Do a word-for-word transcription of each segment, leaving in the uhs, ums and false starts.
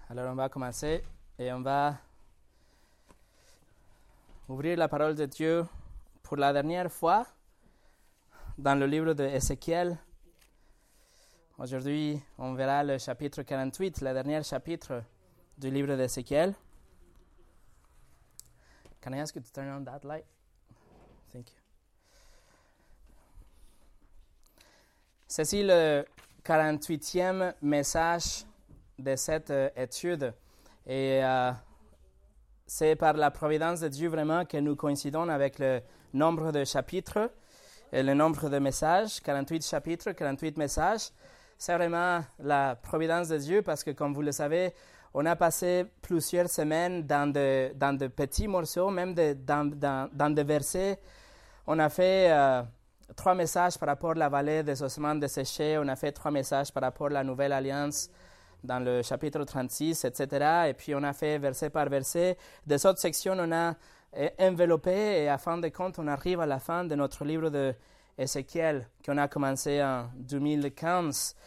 Alors on va commencer et on va ouvrir la parole de Dieu pour la dernière fois dans le livre de Ézéchiel. Aujourd'hui, on verra le chapitre quarante-huit, le dernier chapitre du livre d'Ézéchiel. Can I ask you to turn on that light? Thank you. C'est le quarante-huitième message de cette euh, étude. Et euh, c'est par la providence de Dieu vraiment que nous coïncidons avec le nombre de chapitres et le nombre de messages. quarante-huit chapitres, quarante-huit messages. C'est vraiment la providence de Dieu parce que, comme vous le savez, on a passé plusieurs semaines dans de, dans de petits morceaux, même de, dans, dans, dans des versets. On a fait euh, trois messages par rapport à la vallée des ossements desséchés. On a fait trois messages par rapport à la nouvelle alliance dans le chapitre trente-six, et cetera. Et puis on a fait verset par verset. Des autres sections, on a enveloppé et à fin de compte, on arrive à la fin de notre livre de Ézéchiel qu'on a commencé en deux mille quinze.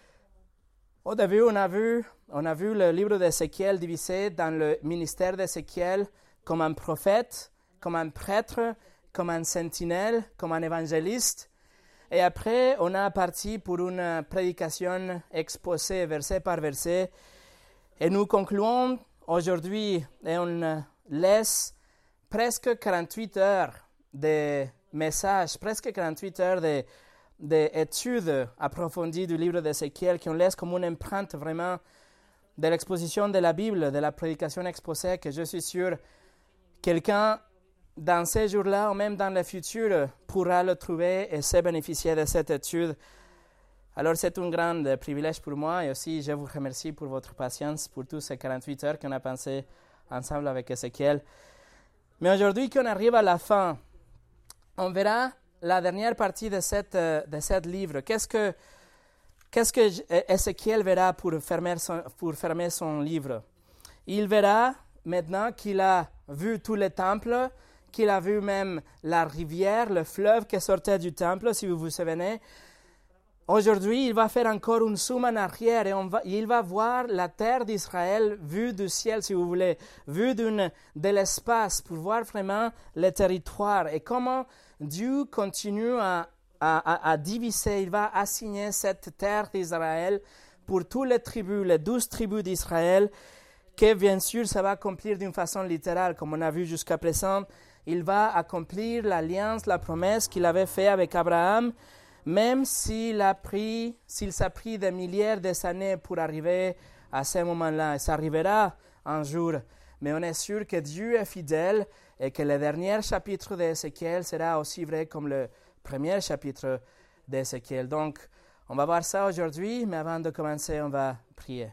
Au début, on a vu, on a vu le livre d'Ézéchiel divisé dans le ministère d'Ézéchiel comme un prophète, comme un prêtre, comme un sentinelle, comme un évangéliste. Et après, on a parti pour une prédication exposée verset par verset. Et nous concluons aujourd'hui et on laisse presque quarante-huit heures de messages, presque quarante-huit heures de, d'études approfondies du livre d'Ézéchiel qui on laisse comme une empreinte vraiment de l'exposition de la Bible, de la prédication exposée que je suis sûr quelqu'un dans ces jours-là ou même dans le futur, pourra le trouver et se bénéficier de cette étude. Alors, c'est un grand privilège pour moi et aussi, je vous remercie pour votre patience, pour tous ces quarante-huit heures qu'on a passé ensemble avec Ézéchiel. Mais aujourd'hui, qu'on arrive à la fin, on verra la dernière partie de cette, de cette livre. Qu'est-ce que, qu'est-ce que Ézéchiel verra pour fermer, son, pour fermer son livre? Il verra maintenant qu'il a vu tous les temples, qu'il a vu même la rivière, le fleuve qui sortait du temple, si vous vous souvenez. Aujourd'hui, il va faire encore une zoom en arrière et on va, il va voir la terre d'Israël vue du ciel, si vous voulez, vue d'une, de l'espace, pour voir vraiment le territoire et comment Dieu continue à, à, à, à diviser. Il va assigner cette terre d'Israël pour toutes les tribus, les douze tribus d'Israël, que bien sûr, ça va accomplir d'une façon littérale, comme on a vu jusqu'à présent. Il va accomplir l'alliance, la promesse qu'il avait faite avec Abraham, même s'il a pris, s'il s'est pris des milliers d'années pour arriver à ce moment-là. Et ça arrivera un jour. Mais on est sûr que Dieu est fidèle et que le dernier chapitre d'Ézéchiel sera aussi vrai comme le premier chapitre d'Ézéchiel. Donc, on va voir ça aujourd'hui, mais avant de commencer, on va prier.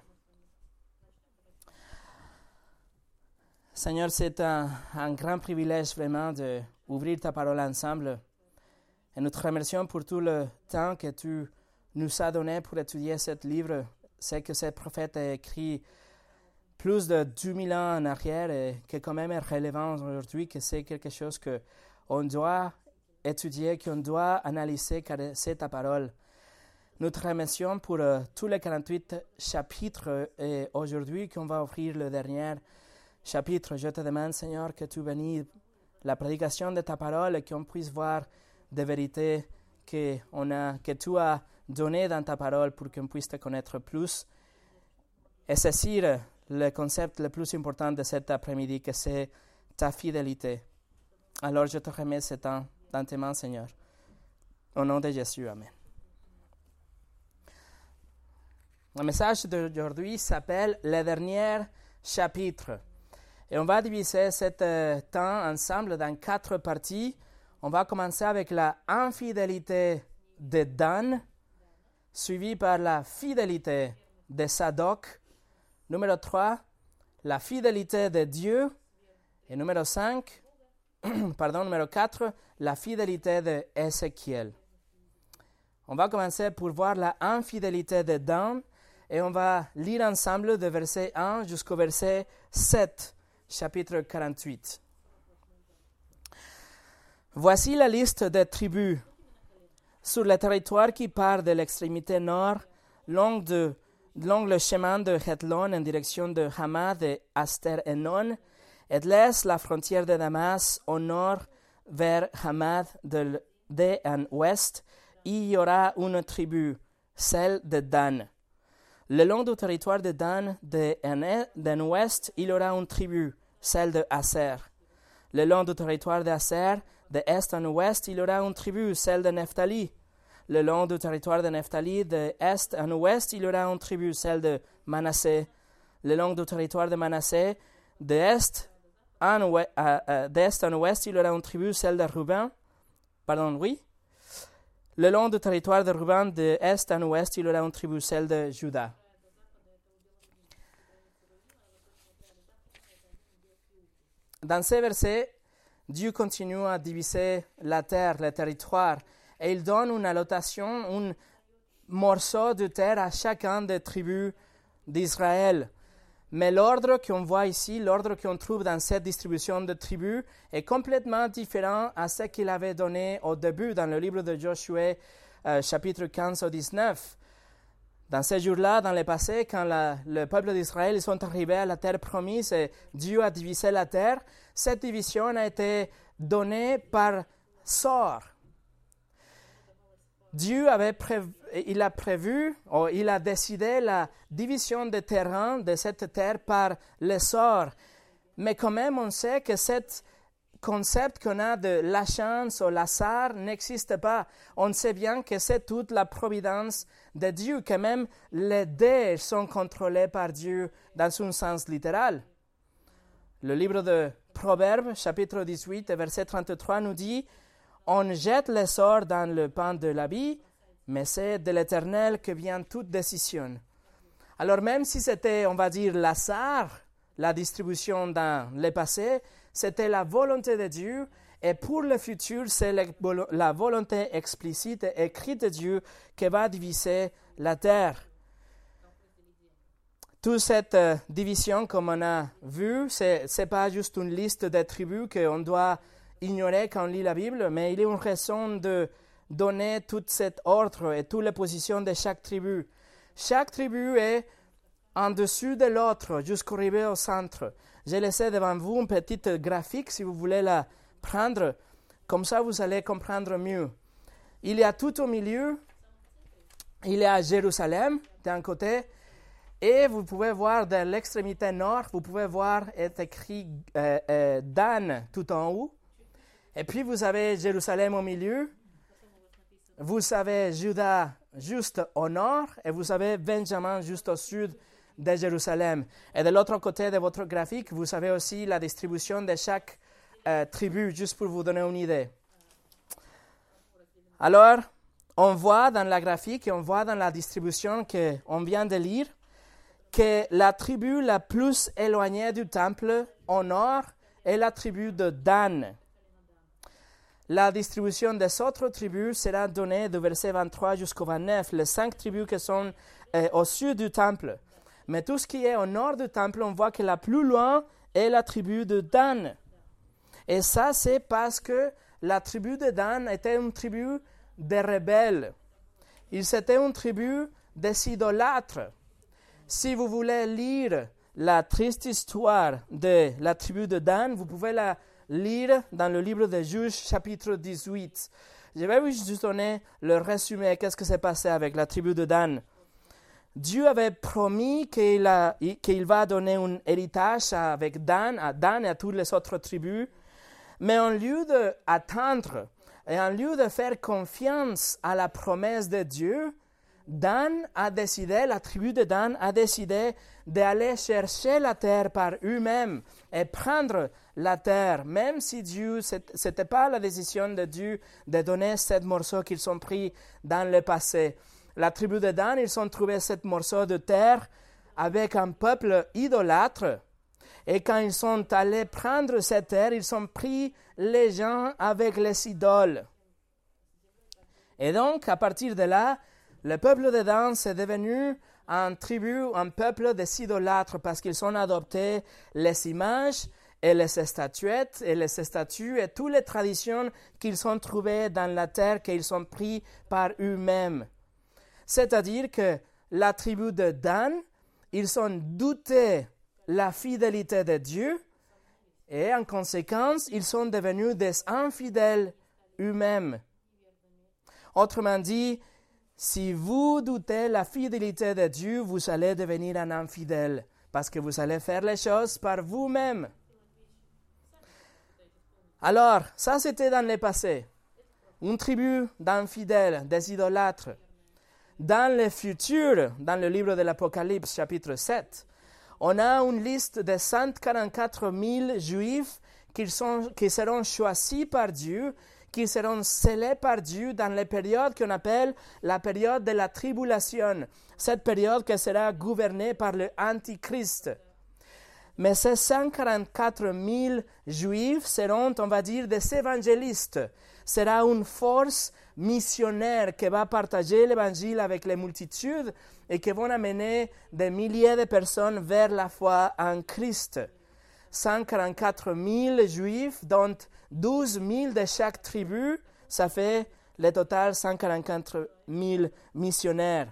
Seigneur, c'est un, un grand privilège vraiment d'ouvrir ta parole ensemble. Et nous te remercions pour tout le temps que tu nous as donné pour étudier ce livre. C'est que ce prophète a écrit plus de deux mille ans en arrière et qui quand même est relevant aujourd'hui, que c'est quelque chose qu'on doit étudier, qu'on doit analyser, car c'est ta parole. Nous te remercions pour uh, tous les quarante-huit chapitres et aujourd'hui qu'on va ouvrir le dernier chapitre. Je te demande, Seigneur, que tu bénisses la prédication de ta parole et qu'on puisse voir des vérités que, on a, que tu as données dans ta parole pour qu'on puisse te connaître plus et saisir le concept le plus important de cet après-midi, que c'est ta fidélité. Alors, je te remets ce temps dans tes mains, Seigneur. Au nom de Jésus, Amen. Le message d'aujourd'hui s'appelle « Le dernier chapitre ». Et on va diviser ce euh, temps ensemble dans quatre parties. On va commencer avec la infidélité de Dan, suivi par la fidélité de Sadoc. Numéro trois, la fidélité de Dieu. Et numéro cinq, pardon, numéro quatre, la fidélité de Ézéchiel. On va commencer pour voir la infidélité de Dan et on va lire ensemble de verset un jusqu'au verset sept. Chapitre quarante-huit. Voici la liste des tribus. Sur le territoire qui part de l'extrémité nord, long de long le chemin de Hethlon en direction de Hamad et Aster Enon, et laisse la frontière de Damas au nord vers Hamad de, de en ouest. Il y aura une tribu, celle de Dan. Le long du territoire de Dan, de en ouest, il y aura une tribu, celle de Aser. Le long du territoire d'Aser, de est en ouest, il y aura une tribu, celle de Nephtali. Le long du territoire de Nephtali, de est en ouest, il y aura une tribu, celle de Manassé. Le long du territoire de Manassé, de est en ouest, euh, euh, d'est en ouest, il y aura une tribu, celle de Ruben. Pardon, oui. Le long du territoire de Ruben, de est en ouest, il y aura une tribu, celle de Juda. Dans ces versets, Dieu continue à diviser la terre, le territoire, et il donne une allocation, un morceau de terre à chacun des tribus d'Israël. Mais l'ordre qu'on voit ici, l'ordre qu'on trouve dans cette distribution de tribus, est complètement différent à ce qu'il avait donné au début dans le livre de Josué, euh, chapitre quinze au dix-neuf. Dans ces jours-là, dans le passé, quand la, le peuple d'Israël ils sont arrivés à la terre promise et Dieu a divisé la terre, cette division a été donnée par sort. Dieu avait prévu, il a prévu, ou il a décidé la division des terrains de cette terre par le sort. Mais quand même, on sait que ce concept qu'on a de la chance ou l'hasard n'existe pas. On sait bien que c'est toute la providence de Dieu, que même les dés sont contrôlés par Dieu dans un sens littéral. Le livre de Proverbes, chapitre dix-huit, verset trente-trois, nous dit « On jette les sorts dans le pain de l'habit, mais c'est de l'Éternel que vient toute décision. » Alors même si c'était, on va dire, l'hasard, la distribution dans le passé, c'était la volonté de Dieu, et pour le futur, c'est la volonté explicite et écrite de Dieu qui va diviser la terre. Toute cette euh, division, comme on a vu, ce n'est pas juste une liste de tribus qu'on doit ignorer quand on lit la Bible, mais il y a une raison de donner tout cet ordre et toutes les positions de chaque tribu. Chaque tribu est en dessus de l'autre, jusqu'arriver au centre. J'ai laissé devant vous une petite graphique, si vous voulez la prendre. Comme ça, vous allez comprendre mieux. Il y a tout au milieu, il y a Jérusalem d'un côté, et vous pouvez voir de l'extrémité nord, vous pouvez voir est écrit euh, euh, Dan tout en haut. Et puis vous avez Jérusalem au milieu, vous avez Juda juste au nord, et vous avez Benjamin juste au sud de Jérusalem. Et de l'autre côté de votre graphique, vous avez aussi la distribution de chaque euh, tribu, juste pour vous donner une idée. Alors, on voit dans la graphique et on voit dans la distribution qu'on vient de lire que la tribu la plus éloignée du temple au nord est la tribu de Dan. La distribution des autres tribus sera donnée du verset vingt-trois jusqu'au vingt-neuf, les cinq tribus qui sont euh, au sud du temple. Mais tout ce qui est au nord du temple, on voit que la plus loin est la tribu de Dan. Et ça, c'est parce que la tribu de Dan était une tribu de rebelles. Ils étaient une tribu des idolâtres. Si vous voulez lire la triste histoire de la tribu de Dan, vous pouvez la lire dans le livre de Juges, chapitre dix-huit. Je vais vous juste donner le résumé. Qu'est-ce qui s'est passé avec la tribu de Dan? Dieu avait promis qu'il, a, qu'il va donner un héritage avec Dan, à Dan et à toutes les autres tribus. Mais en lieu d'attendre et en lieu de faire confiance à la promesse de Dieu, Dan a décidé, la tribu de Dan a décidé d'aller chercher la terre par eux-mêmes et prendre la terre, même si Dieu, ce n'était pas la décision de Dieu de donner ce morceau qu'ils ont pris dans le passé. La tribu de Dan, ils ont trouvé ce morceau de terre avec un peuple idolâtre. Et quand ils sont allés prendre cette terre, ils ont pris les gens avec les idoles. Et donc, à partir de là, le peuple de Dan est devenu un tribu, un peuple des idolâtres parce qu'ils ont adopté les images et les statuettes et les statues et toutes les traditions qu'ils ont trouvées dans la terre qu'ils ont pris par eux-mêmes. C'est-à-dire que la tribu de Dan, ils ont douté la fidélité de Dieu et en conséquence, ils sont devenus des infidèles eux-mêmes. Autrement dit, si vous doutez la fidélité de Dieu, vous allez devenir un infidèle parce que vous allez faire les choses par vous-même. Alors, ça c'était dans le passé. Une tribu d'infidèles, des idolâtres. Dans le futur, dans le livre de l'Apocalypse, chapitre sept, on a une liste de cent quarante-quatre mille juifs qui, sont, qui seront choisis par Dieu, qui seront scellés par Dieu dans la période qu'on appelle la période de la tribulation, cette période qui sera gouvernée par le Antichrist. Mais ces cent quarante-quatre mille juifs seront, on va dire, des évangélistes. Sera une force missionnaire qui va partager l'évangile avec les multitudes et qui vont amener des milliers de personnes vers la foi en Christ. cent quarante-quatre mille juifs, dont douze mille de chaque tribu, ça fait le total cent quarante-quatre mille missionnaires.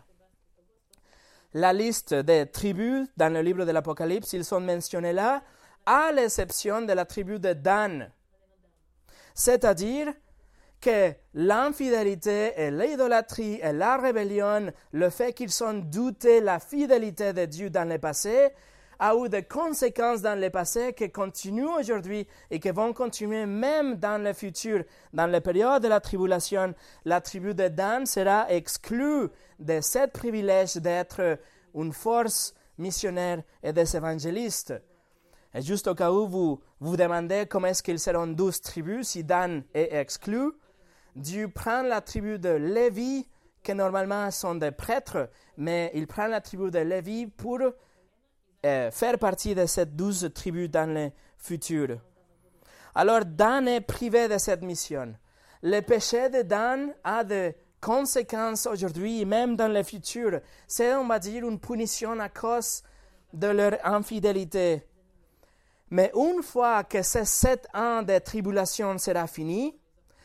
La liste des tribus dans le livre de l'Apocalypse, ils sont mentionnés là, à l'exception de la tribu de Dan. C'est-à-dire que l'infidélité et l'idolâtrie et la rébellion, le fait qu'ils ont douté la fidélité de Dieu dans le passé, a eu des conséquences dans le passé qui continuent aujourd'hui et qui vont continuer même dans le futur. Dans la période de la tribulation, la tribu de Dan sera exclue de ce privilège d'être une force missionnaire et des évangélistes. Et juste au cas où vous vous demandez comment est-ce qu'ils seront douze tribus si Dan est exclu, Dieu prend la tribu de Lévi, qui normalement sont des prêtres, mais il prend la tribu de Lévi pour euh, faire partie de cette douze tribus dans le futur. Alors Dan est privé de cette mission. Le péché de Dan a des conséquences aujourd'hui et même dans le futur. C'est, on va dire, une punition à cause de leur infidélité. Mais une fois que ces sept ans de tribulation sera fini,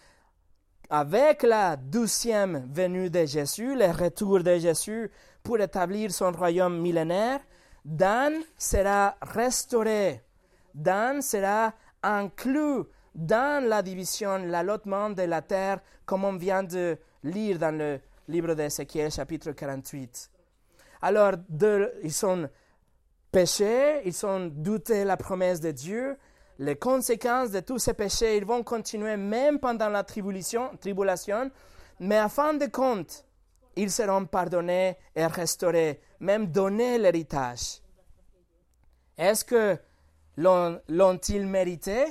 avec la douzième venue de Jésus, le retour de Jésus pour établir son royaume millénaire, Dan sera restauré. Dan sera inclus dans la division, l'allottement de la terre, comme on vient de lire dans le livre d'Ézéchiel, chapitre quarante-huit. Alors, de, ils sont péchés, ils ont douté la promesse de Dieu. Les conséquences de tous ces péchés, ils vont continuer même pendant la tribulation, tribulation, mais à fin de compte, ils seront pardonnés et restaurés, même donnés l'héritage. Est-ce que l'ont, l'ont-ils mérité?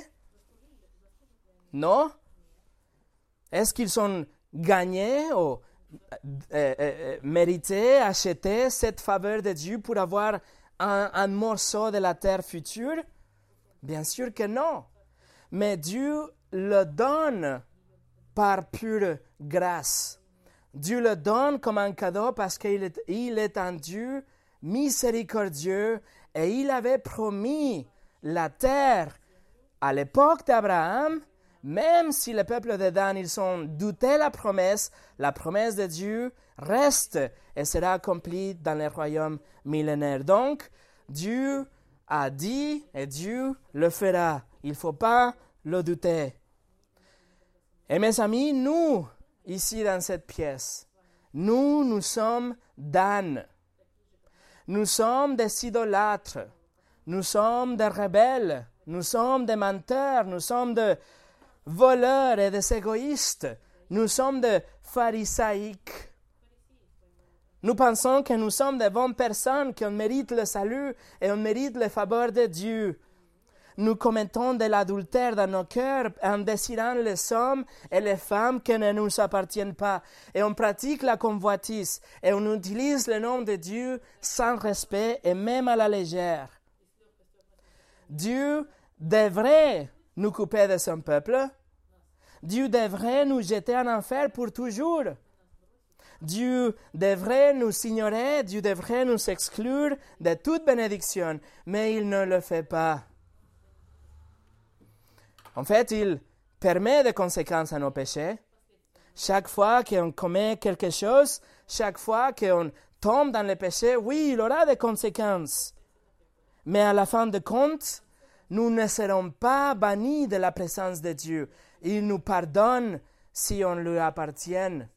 Non. Est-ce qu'ils ont gagné ou euh, euh, mérité, acheté cette faveur de Dieu pour avoir un, un morceau de la terre future? Bien sûr que non. Mais Dieu le donne par pure grâce. Dieu le donne comme un cadeau parce qu'il est, il est un Dieu miséricordieux et il avait promis la terre à l'époque d'Abraham. Même si le peuple de Dan, ils ont douté la promesse, la promesse de Dieu reste et sera accomplie dans le royaume millénaire. Donc, Dieu a dit et Dieu le fera. Il ne faut pas le douter. Et mes amis, nous, ici dans cette pièce, nous, nous sommes Dan. Nous sommes des idolâtres. Nous sommes des rebelles. Nous sommes des menteurs. Nous sommes des voleurs et des égoïstes. Nous sommes des pharisaïques. Nous pensons que nous sommes de bonnes personnes, qu'on mérite le salut et on mérite le faveur de Dieu. Nous commettons de l'adultère dans nos cœurs en désirant les hommes et les femmes qui ne nous appartiennent pas. Et on pratique la convoitise et on utilise le nom de Dieu sans respect et même à la légère. Dieu devrait nous couper de son peuple. Dieu devrait nous jeter en enfer pour toujours. Dieu devrait nous ignorer, Dieu devrait nous exclure de toute bénédiction, mais il ne le fait pas. En fait, il permet des conséquences à nos péchés. Chaque fois qu'on commet quelque chose, chaque fois qu'on tombe dans le péché, oui, il aura des conséquences. Mais à la fin de compte, nous ne serons pas bannis de la présence de Dieu. Il nous pardonne si on lui appartient.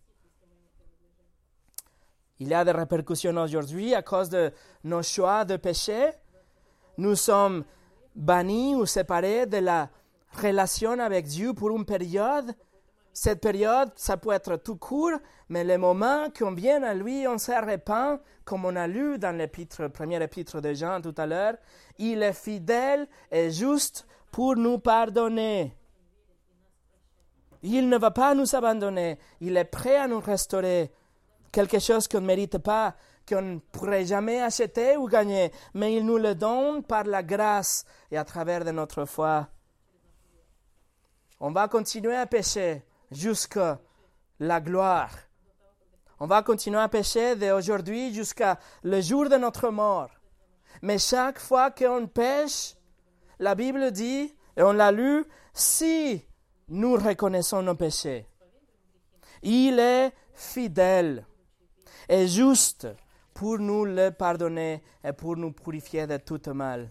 Il y a des répercussions aujourd'hui à cause de nos choix de péché. Nous sommes bannis ou séparés de la relation avec Dieu pour une période. Cette période, ça peut être tout court, mais le moment qu'on vient à lui, on se répand, comme on a lu dans l'épître, première épître de Jean tout à l'heure. Il est fidèle et juste pour nous pardonner. Il ne va pas nous abandonner. Il est prêt à nous restaurer. Quelque chose qu'on ne mérite pas, qu'on ne pourrait jamais acheter ou gagner, mais il nous le donne par la grâce et à travers de notre foi. On va continuer à pécher jusqu'à la gloire. On va continuer à pécher d'aujourd'hui jusqu'à le jour de notre mort. Mais chaque fois qu'on pêche, la Bible dit, et on l'a lu, si nous reconnaissons nos péchés, il est fidèle et juste pour nous le pardonner et pour nous purifier de tout mal.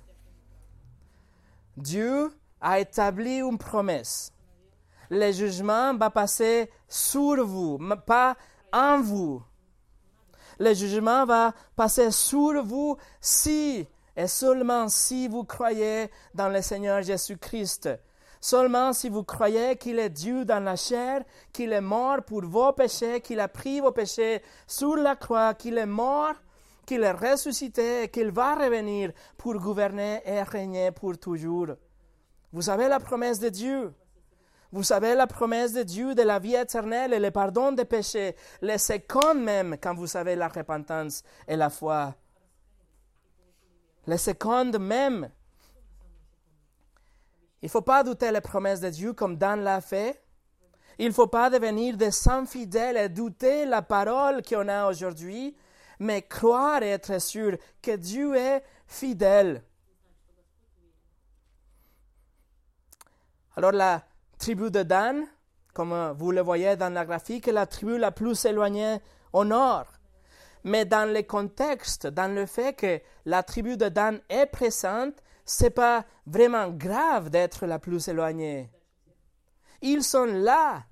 Dieu a établi une promesse. Le jugement va passer sur vous, pas en vous. Le jugement va passer sur vous si et seulement si vous croyez dans le Seigneur Jésus-Christ. Seulement si vous croyez qu'il est Dieu dans la chair, qu'il est mort pour vos péchés, qu'il a pris vos péchés sur la croix, qu'il est mort, qu'il est ressuscité et qu'il va revenir pour gouverner et régner pour toujours. Vous avez la promesse de Dieu. Vous savez la promesse de Dieu de la vie éternelle et le pardon des péchés, les secondes même quand vous savez la repentance et la foi. Les secondes même. Il ne faut pas douter les promesses de Dieu comme Dan l'a fait. Il ne faut pas devenir des infidèles et douter la parole qu'on a aujourd'hui, mais croire et être sûr que Dieu est fidèle. Alors la tribu de Dan, comme vous le voyez dans la graphique, est la tribu la plus éloignée au nord. Mais dans le contexte, dans le fait que la tribu de Dan est présente, ce n'est pas vraiment grave d'être la plus éloignée. Ils sont là.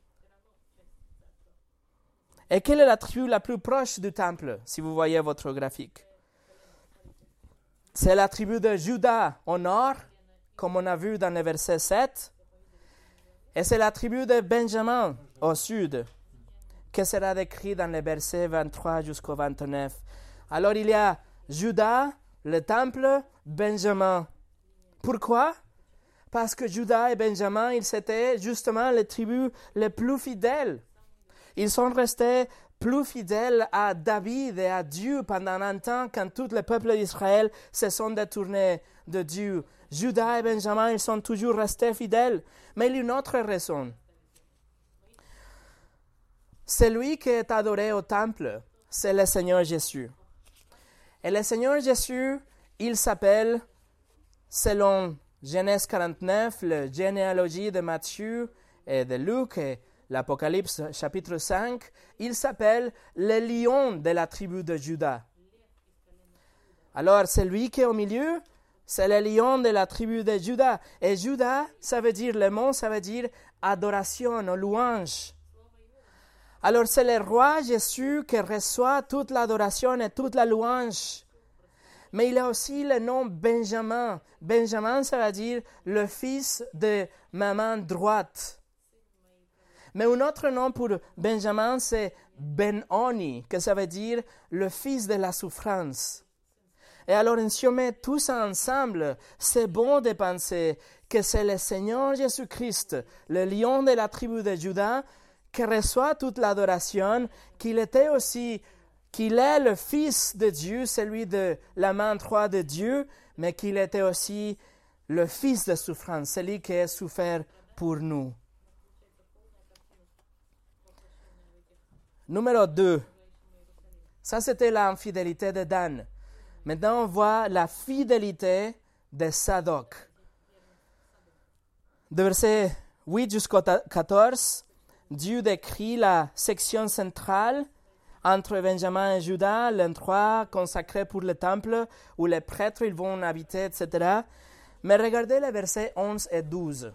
Et quelle est la tribu la plus proche du temple, si vous voyez votre graphique? C'est la tribu de Juda au nord, comme on a vu dans le verset sept. Et c'est la tribu de Benjamin au sud, qui sera décrit dans les versets vingt-trois jusqu'au vingt-neuf. Alors il y a Juda, le temple, Benjamin. Pourquoi? Parce que Juda et Benjamin, ils étaient justement les tribus les plus fidèles. Ils sont restés plus fidèles à David et à Dieu pendant un temps quand tout le peuple d'Israël se sont détournés de Dieu. Juda et Benjamin, ils sont toujours restés fidèles. Mais il y a une autre raison. Celui qui est adoré au temple, c'est le Seigneur Jésus. Et le Seigneur Jésus, il s'appelle, selon Genèse quarante-neuf, la généalogie de Matthieu et de Luc et l'Apocalypse chapitre cinq, il s'appelle le lion de la tribu de Juda. Alors, celui qui est au milieu, c'est le lion de la tribu de Juda. Et Juda, ça veut dire, le mot, ça veut dire adoration, louange. Alors, c'est le roi Jésus qui reçoit toute l'adoration et toute la louange. Mais il a aussi le nom Benjamin. Benjamin, ça veut dire le fils de ma main droite. Mais un autre nom pour Benjamin, c'est Ben-Oni, que ça veut dire le fils de la souffrance. Et alors, si on met tout ça ensemble, c'est bon de penser que c'est le Seigneur Jésus-Christ, le lion de la tribu de Juda, qui reçoit toute l'adoration, qu'il était aussi, qu'il est le Fils de Dieu, celui de la main droite de Dieu, mais qu'il était aussi le Fils de souffrance, celui qui a souffert pour nous. Numéro deux. Ça, c'était l'infidélité de Dan. Maintenant, on voit la fidélité de Sadoc. De verset huit jusqu'au quatorze, Dieu décrit la section centrale entre Benjamin et Juda, l'endroit consacré pour le temple où les prêtres ils vont habiter, et cetera. Mais regardez les versets onze et douze.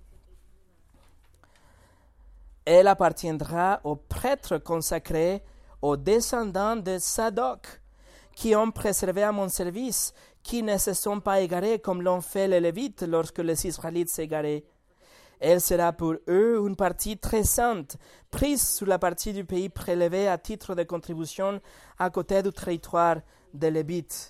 Elle appartiendra aux prêtres consacrés, aux descendants de Sadoc, qui ont préservé à mon service, qui ne se sont pas égarés comme l'ont fait les Lévites lorsque les Israélites s'égaraient. Elle sera pour eux une partie très sainte, prise sur la partie du pays prélevée à titre de contribution à côté du territoire des Lévites.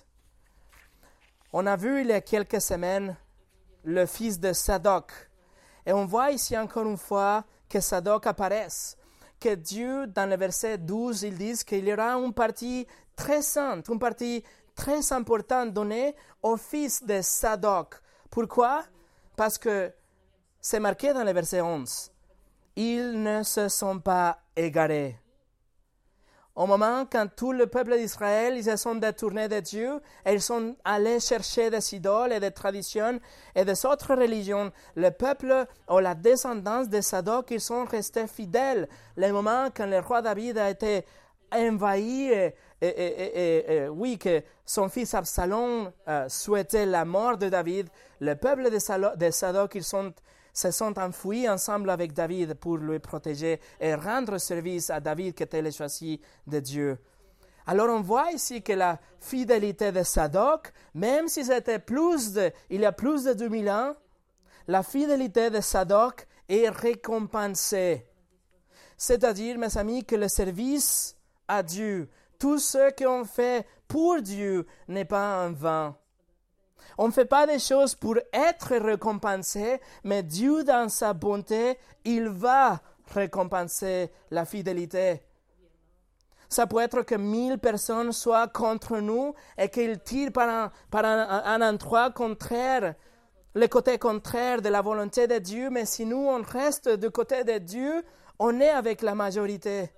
On a vu il y a quelques semaines le fils de Sadoc. Et on voit ici encore une fois que Sadoc apparaisse. Que Dieu, dans le verset douze, il dit qu'il y aura une partie très sainte, une partie très importante donnée au fils de Sadoc. Pourquoi? Parce que c'est marqué dans le verset onze. Ils ne se sont pas égarés. Au moment quand tout le peuple d'Israël ils se sont détournés de Dieu et ils sont allés chercher des idoles et des traditions et des autres religions, le peuple ou la descendance de Sadoc, ils sont restés fidèles. Le moment quand le roi David a été envahi et, et, et, et, et oui, que son fils Absalom euh, souhaitait la mort de David, le peuple de, Salo, de Sadoc, ils sont se sont enfouis ensemble avec David pour le protéger et rendre service à David qui était le choisi de Dieu. Alors on voit ici que la fidélité de Sadoc, même si c'était plus de, il y a plus de deux mille ans, la fidélité de Sadoc est récompensée. C'est-à-dire, mes amis, que le service à Dieu, tout ce qu'on fait pour Dieu n'est pas en vain. On ne fait pas des choses pour être récompensé, mais Dieu, dans sa bonté, il va récompenser la fidélité. Ça peut être que mille personnes soient contre nous et qu'ils tirent par un, par un, un endroit contraire, le côté contraire de la volonté de Dieu, mais si nous, on reste du côté de Dieu, on est avec la majorité.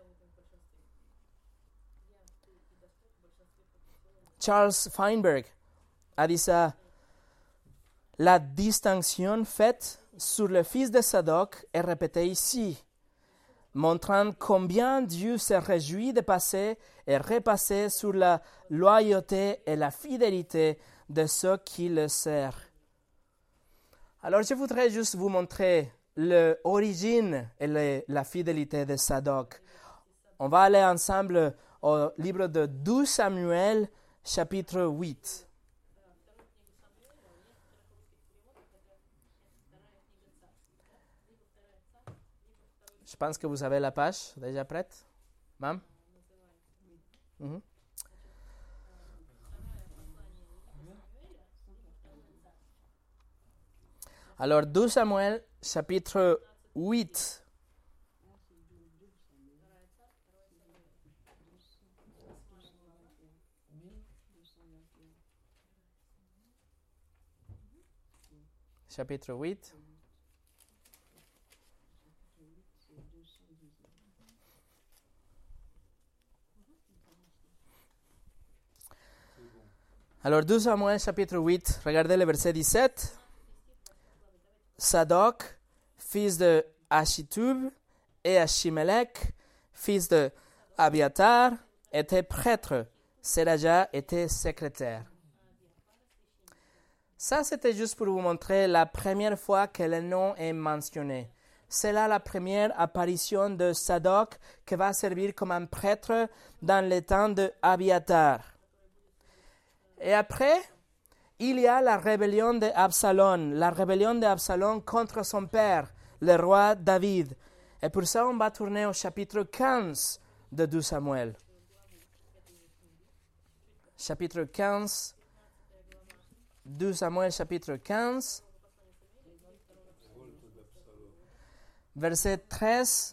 Charles Feinberg a dit ça. La distinction faite sur le fils de Sadoc est répétée ici, montrant combien Dieu se réjouit de passer et repasser sur la loyauté et la fidélité de ceux qui le servent. Alors je voudrais juste vous montrer l'origine et le, la fidélité de Sadoc. On va aller ensemble au livre de deux Samuel, chapitre huit. Je pense que vous avez la page déjà prête. Mam? Mm-hmm. Alors, deux Samuel, chapitre huit. Chapitre huit. Alors, deux Samuel, chapitre huit, regardez le verset dix-sept. Sadoc, fils de Achitub, et Achimelech, fils de Abiatar, était prêtre. Seraja était secrétaire. Ça, c'était juste pour vous montrer la première fois que le nom est mentionné. C'est là la première apparition de Sadoc qui va servir comme un prêtre dans le temps de Abiatar. Et après, il y a la rébellion d'Absalom, la rébellion d'Absalom contre son père, le roi David. Et pour ça, on va tourner au chapitre quinze de deux Samuel. Chapitre quinze, deux Samuel, chapitre quinze, verset treize.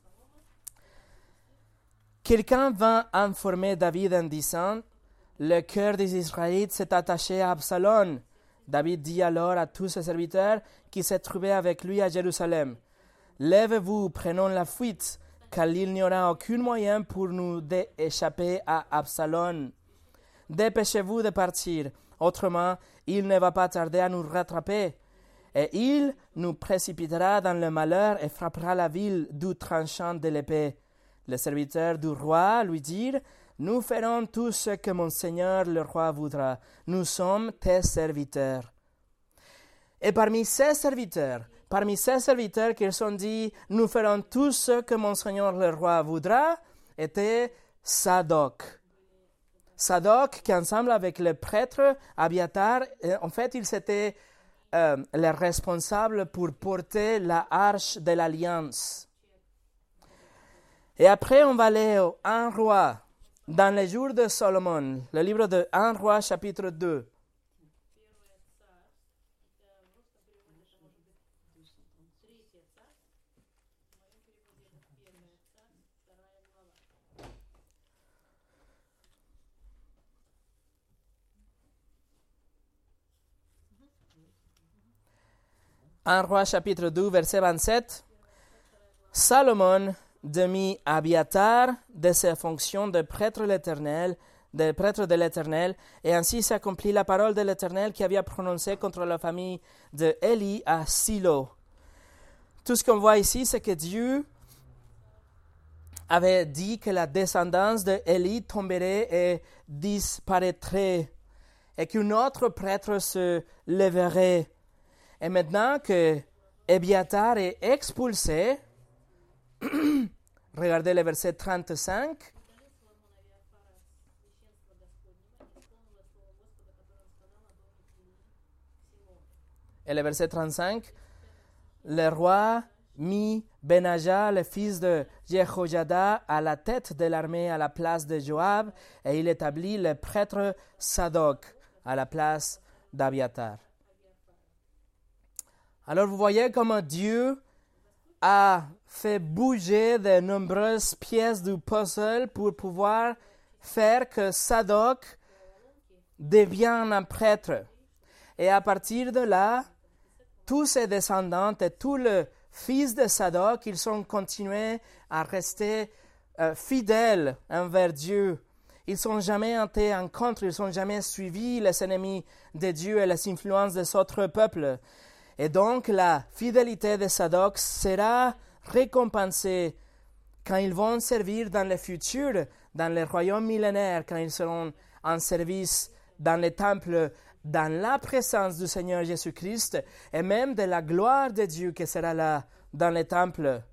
Quelqu'un va informer David en disant: le cœur des Israélites s'est attaché à Absalom. David dit alors à tous ses serviteurs qui se trouvaient avec lui à Jérusalem: lèvez-vous, prenons la fuite, car il n'y aura aucun moyen pour nous d'échapper à Absalom. Dépêchez-vous de partir, autrement il ne va pas tarder à nous rattraper, et il nous précipitera dans le malheur et frappera la ville du tranchant de l'épée. les serviteurs du roi lui dirent, « Nous ferons tout ce que mon Seigneur le roi voudra. Nous sommes tes serviteurs. » Et parmi ces serviteurs, parmi ces serviteurs qui se sont dit, « Nous ferons tout ce que mon Seigneur le roi voudra », était Sadoc. Sadoc, qui ensemble avec le prêtre Abiatar, en fait, ils étaient euh, les responsables pour porter la arche de l'Alliance. Et après, on va aller au un roi, dans les jours de Salomon, le livre de un roi, chapitre deux. un roi chapitre deux, verset vingt-sept. Salomon demit Abiatar de ses fonctions de prêtre de l'Éternel, de prêtre de l'Éternel, et ainsi s'accomplit la parole de l'Éternel qui avait prononcée contre la famille de Élie à Silo. Tout ce qu'on voit ici, c'est que Dieu avait dit que la descendance de Élie tomberait et disparaîtrait, et qu'un autre prêtre se lèverait. Et maintenant que Abiatar est expulsé, regardez le verset trente-cinq. Et le verset trente-cinq, le roi mit Benaja, le fils de Jehoiada, à la tête de l'armée à la place de Joab, et il établit le prêtre Sadoc à la place d'Abiatar. Alors vous voyez comment Dieu a fait bouger de nombreuses pièces du puzzle pour pouvoir faire que Sadoc devienne un prêtre. Et à partir de là, tous ses descendants et tous les fils de Sadoc, ils ont continué à rester euh, fidèles envers Dieu. Ils n'ont jamais été en contre, ils n'ont jamais suivi les ennemis de Dieu et les influences des autres peuples. Et donc, la fidélité de Sadoc sera récompensée quand ils vont servir dans le futur, dans le royaume millénaire, quand ils seront en service dans les temples, dans la présence du Seigneur Jésus-Christ, et même de la gloire de Dieu qui sera là, dans les temples.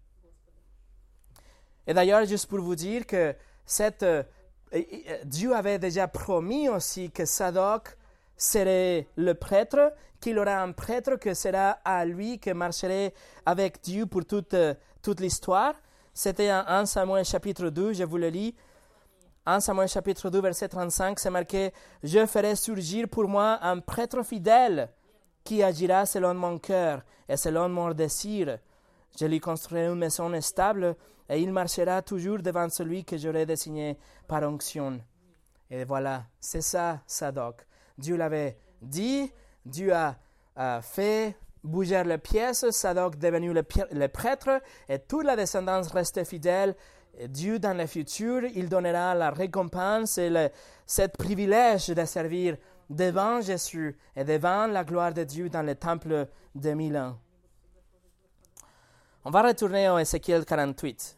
Et d'ailleurs, juste pour vous dire que cette, euh, Dieu avait déjà promis aussi que Sadoc serait le prêtre, qu'il aura un prêtre que sera à lui, qui marcherait avec Dieu pour toute, toute l'histoire. C'était en un Samuel chapitre deux, je vous le lis. un Samuel chapitre deux, verset trente-cinq, c'est marqué « Je ferai surgir pour moi un prêtre fidèle qui agira selon mon cœur et selon mon désir. Je lui construirai une maison stable et il marchera toujours devant celui que j'aurai désigné par onction. » Et voilà, c'est ça, Sadoc. Dieu l'avait dit, Dieu a, a fait bouger les pièces, Sadoc est devenu le, le prêtre, et toute la descendance restait fidèle. Et Dieu, dans le futur, il donnera la récompense et le, ce privilège de servir devant Jésus et devant la gloire de Dieu dans le temple de Milan. On va retourner à Ézéchiel quarante-huit.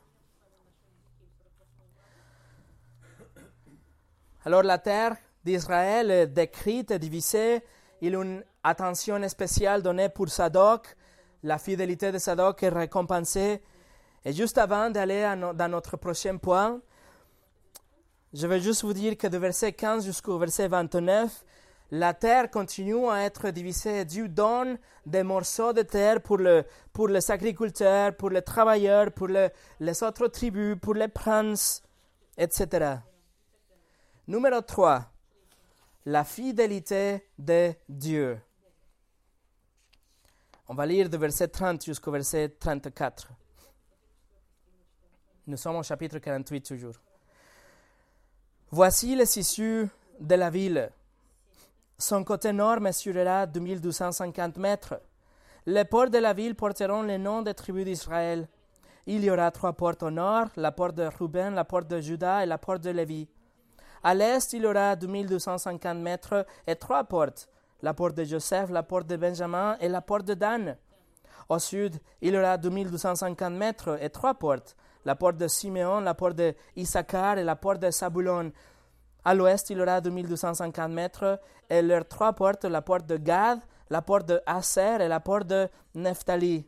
Alors la terre d'Israël est décrite et divisée. Il y a une attention spéciale donnée pour Sadoc. La fidélité de Sadoc est récompensée. Et juste avant d'aller no- dans notre prochain point, je vais juste vous dire que de verset quinze jusqu'au verset vingt-neuf, la terre continue à être divisée. Dieu donne des morceaux de terre pour, le, pour les agriculteurs, pour les travailleurs, pour le, les autres tribus, pour les princes, et cetera. Numéro trois, la fidélité de Dieu. On va lire de verset trente jusqu'au verset trente-quatre. Nous sommes au chapitre quarante-huit toujours. Voici les issues de la ville. Son côté nord mesurera deux mille deux cent cinquante mètres. Les portes de la ville porteront les noms des tribus d'Israël. Il y aura trois portes au nord, la porte de Ruben, la porte de Juda et la porte de Lévi. À l'est, il y aura deux mille deux cent cinquante mètres et trois portes, la porte de Joseph, la porte de Benjamin et la porte de Dan. Au sud, il y aura deux mille deux cent cinquante mètres et trois portes, la porte de Siméon, la porte de Issachar et la porte de Zabulon. À l'ouest, il y aura deux mille deux cent cinquante mètres et leurs trois portes, la porte de Gad, la porte de Aser et la porte de Nephtali.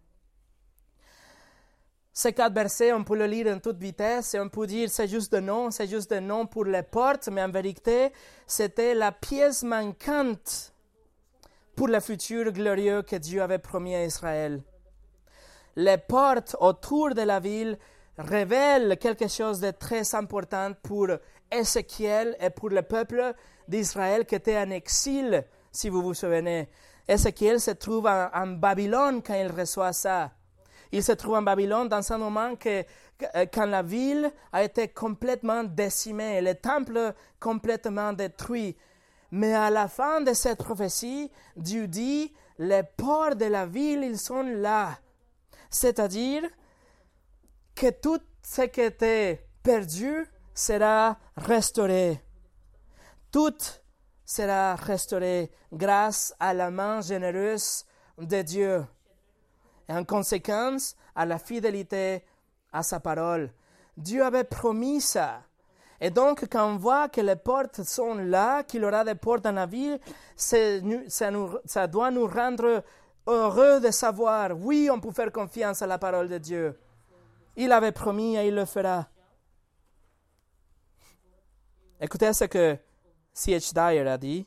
Ces quatre versets, on peut le lire en toute vitesse et on peut dire c'est juste des noms, c'est juste des noms pour les portes, mais en vérité, c'était la pièce manquante pour le futur glorieux que Dieu avait promis à Israël. Les portes autour de la ville révèlent quelque chose de très important pour Ézéchiel et pour le peuple d'Israël qui était en exil, si vous vous souvenez. Ézéchiel se trouve en, en Babylone quand il reçoit ça. Il se trouve en Babylone dans un moment que, que, quand la ville a été complètement décimée, le temple complètement détruit. Mais à la fin de cette prophétie, Dieu dit, les ports de la ville, ils sont là. C'est-à-dire que tout ce qui était perdu sera restauré. Tout sera restauré grâce à la main généreuse de Dieu. Et en conséquence, à la fidélité à sa parole. Dieu avait promis ça. Et donc, quand on voit que les portes sont là, qu'il y aura des portes dans la ville, c'est, ça, nous, ça doit nous rendre heureux de savoir, oui, on peut faire confiance à la parole de Dieu. Il avait promis et il le fera. Écoutez ce que C H Dyer a dit.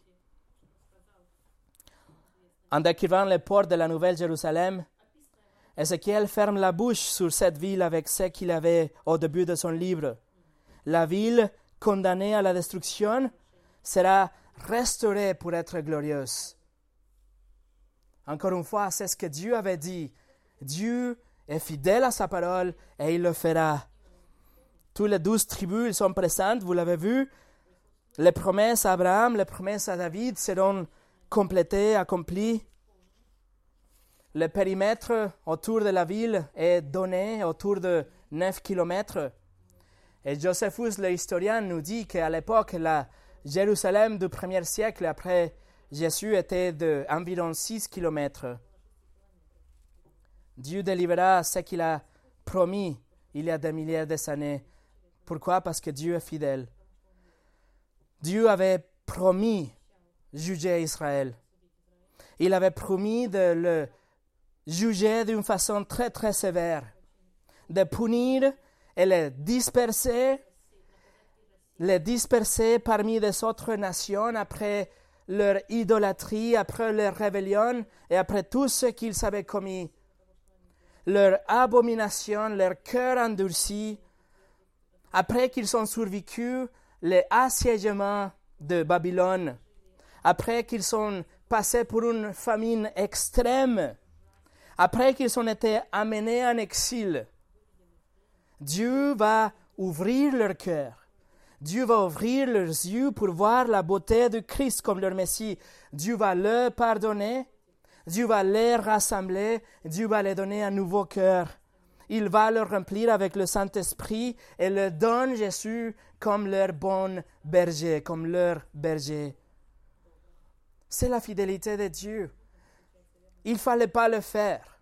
En décrivant les portes de la Nouvelle Jérusalem, Ézéchiel ferme la bouche sur cette ville avec ce qu'il avait au début de son livre. La ville condamnée à la destruction sera restaurée pour être glorieuse. Encore une fois, c'est ce que Dieu avait dit. Dieu est fidèle à sa parole et il le fera. Tous les douze tribus ils sont présentes, vous l'avez vu. Les promesses à Abraham, les promesses à David seront complétées, accomplies. Le périmètre autour de la ville est donné autour de neuf kilomètres. Et Josephus, l'historien, nous dit qu'à l'époque, la Jérusalem du premier siècle après Jésus était d'environ six kilomètres. Dieu délivra ce qu'il a promis il y a des milliers d'années. Pourquoi? Parce que Dieu est fidèle. Dieu avait promis juger Israël. Il avait promis de le juger d'une façon très très sévère, de punir et les disperser, les disperser parmi les autres nations après leur idolâtrie, après leur rébellion et après tout ce qu'ils avaient commis. Leur abomination, leur cœur endurci, après qu'ils ont survécu l'assiégement de Babylone, après qu'ils ont passé pour une famine extrême, après qu'ils ont été amenés en exil, Dieu va ouvrir leur cœur. Dieu va ouvrir leurs yeux pour voir la beauté de Christ comme leur Messie. Dieu va leur pardonner. Dieu va les rassembler. Dieu va leur donner un nouveau cœur. Il va leur remplir avec le Saint-Esprit et leur donne Jésus comme leur bon berger, comme leur berger. C'est la fidélité de Dieu. Il ne fallait pas le faire.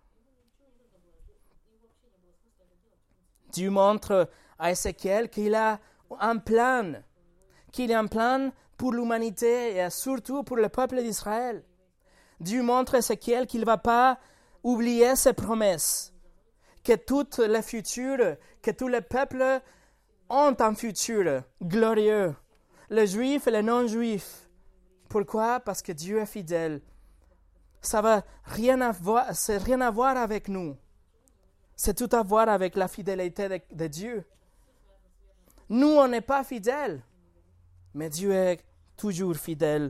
Dieu montre à Ézéchiel qu'il a un plan, qu'il a un plan pour l'humanité et surtout pour le peuple d'Israël. Dieu montre à Ézéchiel qu'il ne va pas oublier ses promesses, que tout le futur, que tous les peuples ont un futur glorieux, les juifs et les non-juifs. Pourquoi? Parce que Dieu est fidèle. Ça va rien à voir, c'est rien à voir avec nous. C'est tout à voir avec la fidélité de, de Dieu. Nous, on n'est pas fidèles, mais Dieu est toujours fidèle.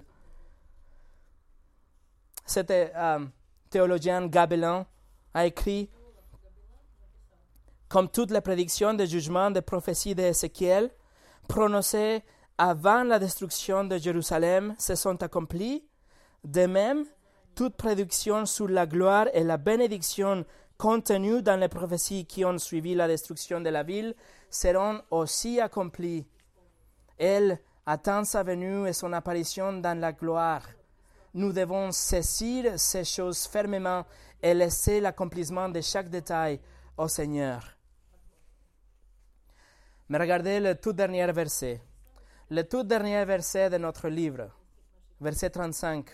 C'était euh, théologien Gabelin a écrit comme toutes les prédictions de jugement des prophéties d'Ézéchiel prononcées avant la destruction de Jérusalem se sont accomplies, de même, toute prédiction sur la gloire et la bénédiction contenues dans les prophéties qui ont suivi la destruction de la ville seront aussi accomplies. Elle attend sa venue et son apparition dans la gloire. Nous devons saisir ces choses fermement et laisser l'accomplissement de chaque détail au Seigneur. Mais regardez le tout dernier verset. Le tout dernier verset de notre livre. Verset trente-cinq.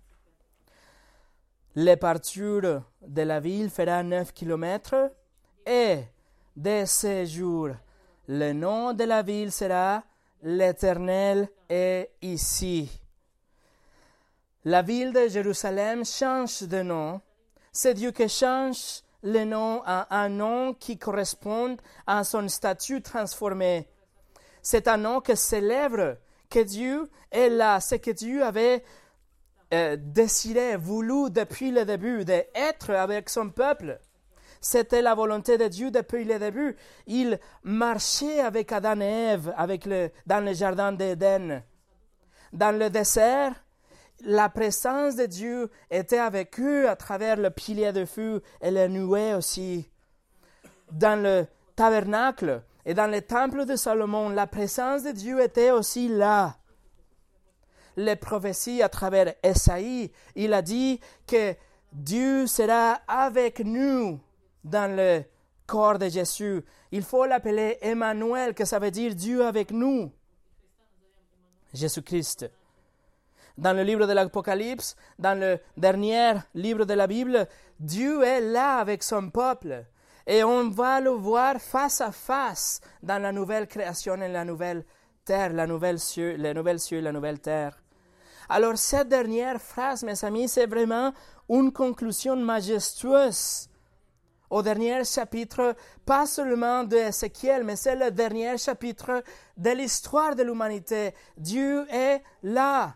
Les parties de la ville fera neuf kilomètres et de ce jour, le nom de la ville sera l'Éternel est ici. La ville de Jérusalem change de nom. C'est Dieu qui change le nom à un nom qui correspond à son statut transformé. C'est un nom qui célèbre que Dieu est là, ce que Dieu avait euh, désiré, voulu depuis le début, d'être avec son peuple. C'était la volonté de Dieu depuis le début. Il marchait avec Adam et Ève avec le, dans le jardin d'Éden. Dans le désert, la présence de Dieu était avec eux à travers le pilier de feu et le nuée aussi. Dans le tabernacle et dans le temple de Salomon, la présence de Dieu était aussi là. Les prophéties à travers Esaïe, il a dit que Dieu sera avec nous dans le corps de Jésus. Il faut l'appeler Emmanuel, que ça veut dire Dieu avec nous. Jésus-Christ. Dans le livre de l'Apocalypse, dans le dernier livre de la Bible, Dieu est là avec son peuple. Et on va le voir face à face dans la nouvelle création et la nouvelle terre, la nouvelle cieux, les nouvelles cieux et la nouvelle terre. Alors cette dernière phrase, mes amis, c'est vraiment une conclusion majestueuse au dernier chapitre, pas seulement de Ézéchiel, mais c'est le dernier chapitre de l'histoire de l'humanité. Dieu est là.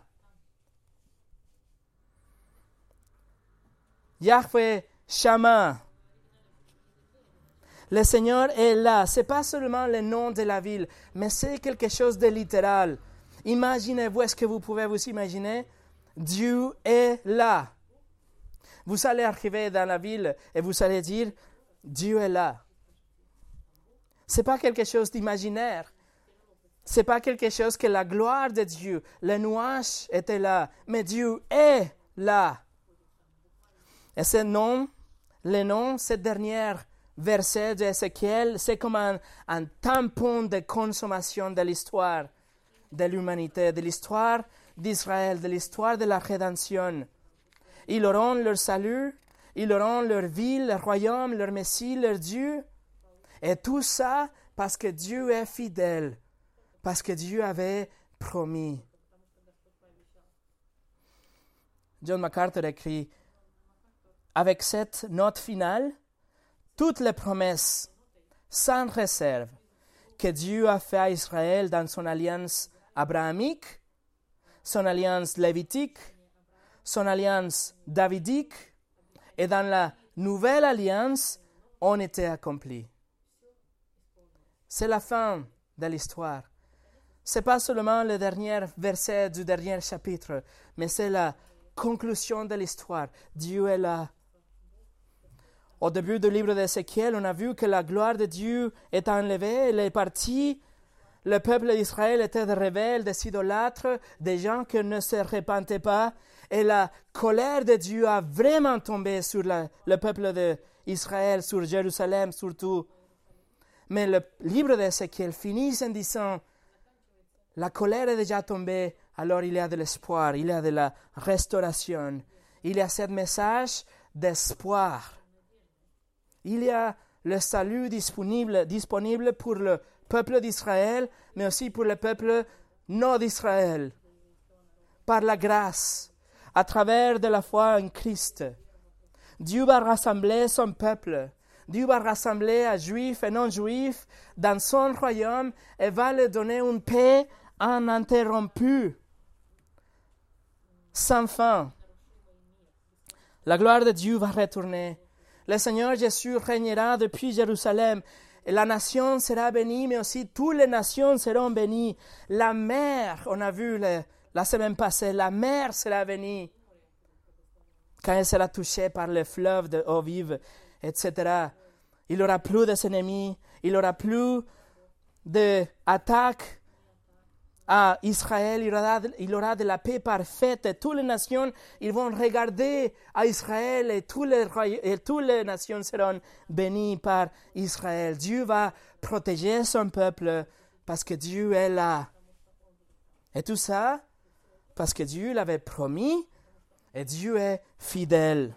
Yahweh Shammah. Le Seigneur est là. Ce n'est pas seulement le nom de la ville, mais c'est quelque chose de littéral. Imaginez-vous, est-ce que vous pouvez vous imaginer? Dieu est là. Vous allez arriver dans la ville et vous allez dire, Dieu est là. Ce n'est pas quelque chose d'imaginaire. Ce n'est pas quelque chose que la gloire de Dieu, le nuage était là, mais Dieu est là. Et ce nom, le nom, ce dernier verset d'Ézéchiel, c'est comme un, un tampon de consommation de l'histoire de l'humanité, de l'histoire d'Israël, de l'histoire de la rédemption. Ils auront leur salut, ils auront leur ville, leur royaume, leur Messie, leur Dieu. Et tout ça parce que Dieu est fidèle, parce que Dieu avait promis. John MacArthur écrit, avec cette note finale, toutes les promesses, sans réserve, que Dieu a fait à Israël dans son alliance abrahamique, son alliance lévitique, son alliance davidique, et dans la nouvelle alliance, ont été accomplies. C'est la fin de l'histoire. Ce n'est pas seulement le dernier verset du dernier chapitre, mais c'est la conclusion de l'histoire. Dieu est là. Au début du livre d'Ézéchiel, on a vu que la gloire de Dieu est enlevée, elle est partie. Le peuple d'Israël était des rebelles, des idolâtres, des gens qui ne se repentaient pas. Et la colère de Dieu a vraiment tombé sur la, le peuple d'Israël, sur Jérusalem surtout. Mais le livre d'Ézéchiel finit en disant, la colère est déjà tombée, alors il y a de l'espoir, il y a de la restauration. Il y a ce message d'espoir. Il y a le salut disponible, disponible pour le peuple d'Israël, mais aussi pour le peuple non d'Israël. Par la grâce, à travers de la foi en Christ. Dieu va rassembler son peuple. Dieu va rassembler à juifs et non-juifs dans son royaume et va leur donner une paix ininterrompue, sans fin. La gloire de Dieu va retourner. Le Seigneur Jésus régnera depuis Jérusalem. Et la nation sera bénie, mais aussi toutes les nations seront bénies. La mer, on a vu le, la semaine passée, la mer sera bénie. Quand elle sera touchée par le fleuve de eau vive, et cetera. Il n'y aura plus d'ennemis, il n'y aura plus d'attaques à Israël, il y, aura, il y aura de la paix parfaite. Et toutes les nations, ils vont regarder à Israël et toutes les, et toutes les nations seront bénies par Israël. Dieu va protéger son peuple parce que Dieu est là. Et tout ça parce que Dieu l'avait promis et Dieu est fidèle.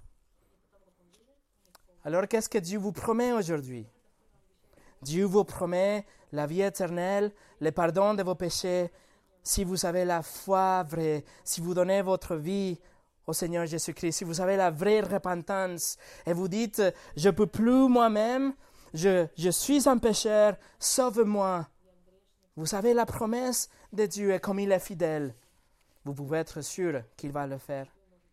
Alors, qu'est-ce que Dieu vous promet aujourd'hui? Dieu vous promet la vie éternelle, le pardon de vos péchés, si vous avez la foi vraie, si vous donnez votre vie au Seigneur Jésus-Christ, si vous avez la vraie repentance et vous dites, je ne peux plus moi-même, je, je suis un pécheur, sauve-moi. Vous avez la promesse de Dieu et comme il est fidèle, vous pouvez être sûr qu'il va le faire.